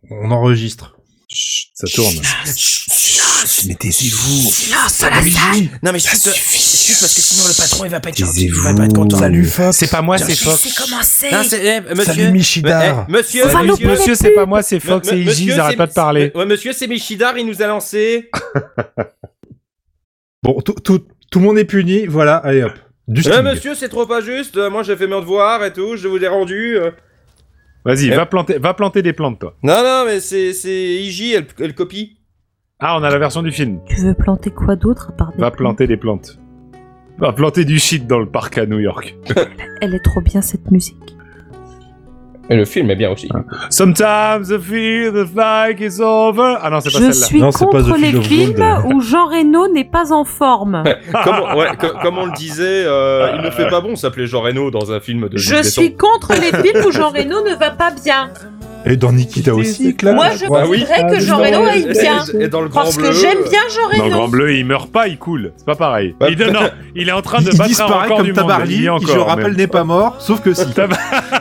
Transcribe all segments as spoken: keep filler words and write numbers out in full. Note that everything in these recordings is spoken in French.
On enregistre. Chut, ça tourne. Silence. Mais taisez-vous. Silence, la salle. Non mais chut, chut, parce que sinon le patron il va pas être gentil, il Taisez-vous. va pas être content. Salut Fox. C'est pas moi, c'est Je Fox. sais comment c'est. Non, c'est, eh, monsieur. Salut Michidar. Eh, monsieur, On va Salut, louper monsieur, c'est pas moi, c'est Fox Me- et me- Iggy, ils monsieur, arrêtent c'est- pas de parler. Ouais, monsieur, c'est Michidar, il nous a lancé. Bon, tout, tout, tout le monde est puni. Voilà, allez hop. Du Ouais, Sting. monsieur, c'est trop pas juste. Euh, Moi, j'ai fait mes devoirs et tout, je vous ai rendu. euh. Vas-y, Eh. va planter, va planter des plantes, toi. Non, non, mais c'est, c'est Iggy, elle, elle copie. Ah, on a la version du film. Tu veux planter quoi d'autre à part des Va plantes planter des plantes. Va planter du shit dans le parc à New York. Elle est trop bien cette musique. Et le film est bien aussi. Sometimes I feel the fight is over. Ah non, c'est pas Je celle-là. suis Non, c'est pas contre The les Field of films Gold. où Jean Reno n'est pas en forme. comme, on, ouais, co- comme on le disait, euh, il ne fait pas bon s'appeler Jean Reno dans un film de Je Luc suis Besson. contre les films où Jean Reno ne va pas bien. Et dans Nikita aussi, Claire. Moi, je Ah oui. voudrais que Jean Et- Reno aille et- bien. Et dans le grand Parce bleu. que j'aime bien Jean Dans le Reno. Grand Bleu, il meurt pas, il coule. C'est pas pareil. Bah, il, non, il est en train de Il, il battre un disparaît record comme du monde. Il Tabarly, y est qui encore, je rappelle mais- n'est pas mort, sauf que si. Tab-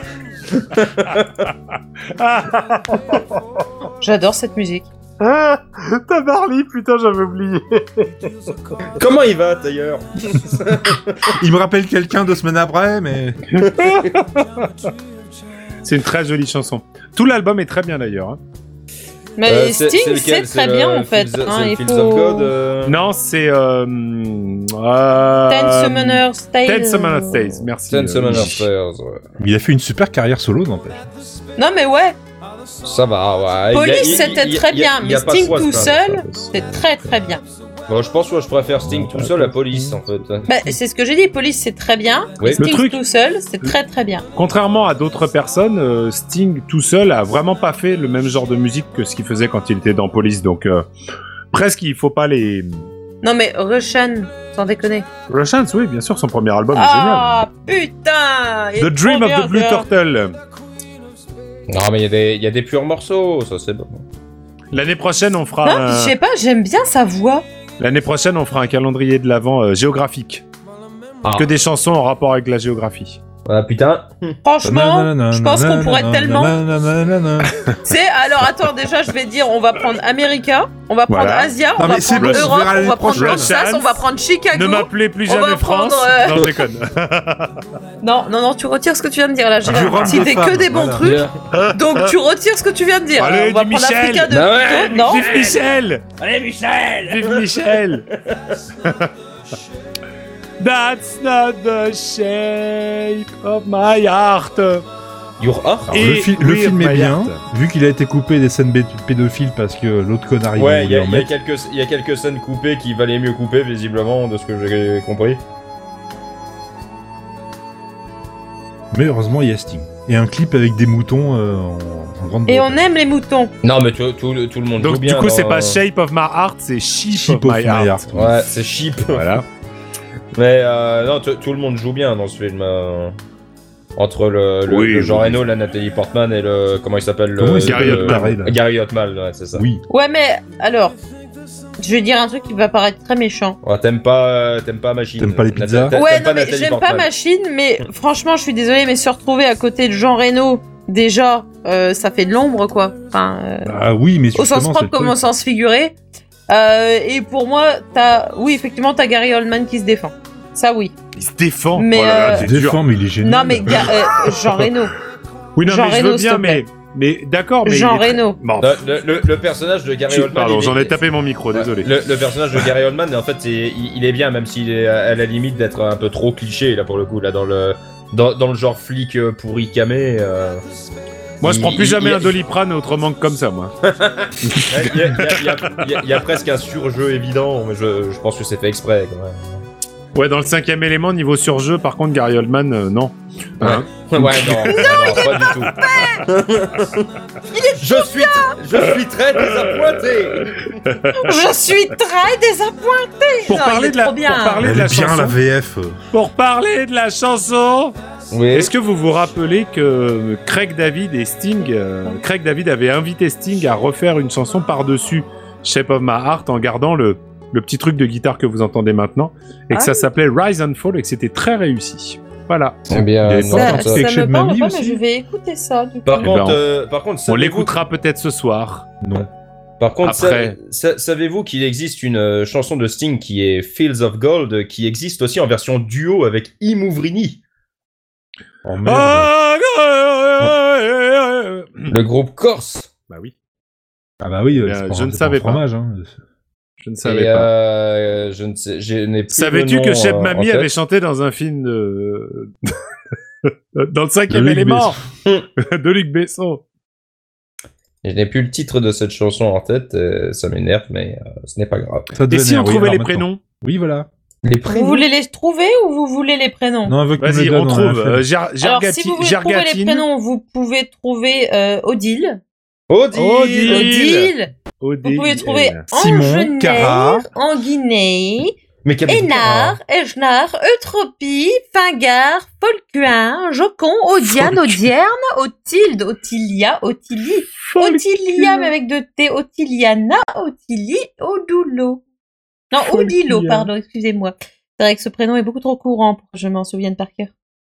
J'adore cette musique. Ah, Tabarly, putain, j'avais oublié. Comment il va d'ailleurs? Il me rappelle quelqu'un deux semaines après, mais... C'est une très jolie chanson. Tout l'album est très bien d'ailleurs. hein. Mais Euh, c'est- Sting, lequel? c'est très le bien en fait. Fields- hein, c'est le il Fields faut... of God. euh, Non, c'est. Euh, euh, Ten Summoner's Tale. Ten Summoner's Tales, merci. Ten euh, Summoner's Iggy. Tales, ouais. Il a fait une super carrière solo, n'empêche. Non mais ouais, Ça va, ouais. Police, Il y a- il- c'était il y a- très il y a- bien, il y a mais pas Sting trop à se tout plaindre, seul, ça. c'est très très bien. Bon, je pense que je préfère Sting tout seul à Police en fait. Bah, c'est ce que j'ai dit, Police c'est très bien, Oui. mais Sting Le truc- tout seul, c'est très très bien. Contrairement à d'autres personnes, euh, Sting tout seul a vraiment pas fait le même genre de musique que ce qu'il faisait quand il était dans Police. Donc euh, presque il faut pas les. Non mais Russian, sans déconner. Russians, oui, bien sûr, son premier album est Ah putain il est génial. The Dream trop of bien, the Blue ça. Turtle. Non, mais il y a des, il y a des purs morceaux, ça c'est bon. L'année prochaine, on fera. Non, un- je sais pas, j'aime bien sa voix. L'année prochaine, on fera un calendrier de l'avant euh, géographique. Ah. Que des chansons en rapport avec la géographie. Ah putain. Franchement, je pense qu'on pourrait tellement... tellement... C'est alors attends, déjà je vais dire, on va prendre America, on va prendre Voilà. Asia, on Non, va mais c'est prendre bon, on Europe, verra on l'année va prendre prochaine. Kansas, on va prendre Chicago. Ne m'appelez plus on jamais va France. prendre, euh, Non, je déconne. Non, non, non, tu retires ce que tu viens de dire là. J'ai Du rhum cité de que femme, des bons voilà. trucs, donc tu retires ce que tu viens de dire. Allez, on va du prendre Michel. Africa de Bah ouais, plutôt. Non, Vive Michel. Allez, Michel. Vive Michel. That's not the shape of my heart. Your Heart. Alors, Et le, fi- le Weird film est My bien, Heart. vu qu'il a été coupé des scènes bé- pédophiles parce que l'autre connard il Ouais, il y, a- voulait en il y a mettre. quelques, il y a quelques scènes coupées qui valaient mieux couper, visiblement, de ce que j'ai compris. Mais heureusement il y a Sting. Et un clip avec des moutons euh, en, en grande et bretagne. on aime les moutons. Non, mais tout, tout, tout le monde joue Donc bien. du coup, dans- c'est pas Shape of My Heart, c'est Sheep, Sheep of My Heart. Ouais, c'est cheap. Voilà. Mais euh, non, tout tout le monde joue bien dans ce film. euh, Entre le, le, Oui, le Jean oui. Reno, la Nathalie Portman et le. Comment il s'appelle Comment le, il Gary le- Oldman. Pareil, là. Gary Oldman, ouais, c'est ça. Oui. Ouais, mais alors, je vais dire un truc qui va paraître très méchant. Ouais, t'aimes pas, euh, t'aimes pas Machine. T'aimes pas les Nat- pizzas t'a- Ouais, t'aimes non, mais Nathalie j'aime pas Portman. Machine, mais franchement, je suis désolée, mais se retrouver à côté de Jean Reno, déjà, euh, ça fait de l'ombre, quoi. Enfin, euh, Ah oui, mais au sens justement, c'est propre le comme au truc. sens figuré. Euh, et pour moi, t'as, oui, effectivement, t'as Gary Oldman qui se défend. Ça, oui. Il se défend. Mais, oh là là, euh, c'est Il se dur. défend, mais il est génial. Non, mais Ga- euh, Jean Reno. Oui, non, Jean mais je veux Reno, s'il bien, te mais, mais d'accord, mais Jean il est très- Reno. Bon, Le, le- le- le personnage de Gary tu- Oldman. pardon, il est- j'en ai tapé mon micro, Ouais, désolé. Le, le personnage de Gary Oldman, en fait, c'est- il, il est bien, même s'il est à, à la limite d'être un peu trop cliché, là, pour le coup, là, dans le, dans, dans le genre flic euh, pourri camé. euh, Moi, je il- prends plus il- jamais il- un Doliprane autrement que comme ça, moi. Il y, a- il y a- il y a- il y a- il y a presque un surjeu évident, mais je, je pense que c'est fait exprès, quand même. Ouais, dans le cinquième élément, niveau surjeu, par contre, Gary Oldman, euh, non. Hein Ouais, non, non, pas du tout. je suis, je suis très désappointé. Je suis très désappointée. Pour Non, parler il est de la- trop bien. pour parler- Elle de la est bien chanson. la V F. euh. Pour parler de la chanson, Oui. est-ce que vous vous rappelez que Craig David et Sting, euh, Craig David avait invité Sting à refaire une chanson par-dessus Shape of My Heart en gardant le, le petit truc de guitare que vous entendez maintenant, et que Ah ça oui. s'appelait Rise and Fall et que c'était très réussi. Voilà. Eh bien, Il y avait non, pas Ça, Par ça contre, me Chez parle Mamie pas, aussi. mais je vais écouter ça. Du coup. Par Eh contre, ben, on- euh, par contre, On savez-vous- l'écoutera peut-être ce soir. Non. Par contre, Après. sa- sa- savez-vous qu'il existe une euh, chanson de Sting qui est Fields of Gold, euh, qui existe aussi en version duo avec Imouvrini, Oh merde. Ah, le groupe corse. Bah oui, Ah bah oui, Euh, c'est pas- je ne c'est savais un pas. fromage, hein. je ne savais Et pas. euh, je ne sais, je n'ai plus Savais-tu le que nom, Cheb euh, Mami en tête. avait chanté dans un film de... dans le cinquième De Luc élément de Luc Besson. Je n'ai plus le titre de cette chanson en tête, euh, ça m'énerve, mais euh, ce n'est pas grave. Ça Et devenait, si on oui, trouvait alors les maintenant. prénoms? Oui, voilà. Les Vous prénoms. voulez les trouver ou vous voulez les prénoms? Non, avec Vas-y, on trouve. Euh, Jar- Alors, Jargati- si vous voulez trouver les Jargatine. prénoms, vous pouvez trouver euh, Odile. Odile. Odile. Odile. Odile. Vous pouvez trouver Simon, Angener, Cara. Anguinée, Mais qu'avez-vous- Hénard, Ejnar, Eutropie, Fingard, Folcuin, Jocon, Odiane, Odierne, Otilde, Otilia, Otilie, Otilia, mais avec deux T, Otiliana, Otilie, Odulo. Non, Folcuin. Odilo, pardon, excusez-moi. C'est vrai que ce prénom est beaucoup trop courant pour que je m'en souvienne par cœur.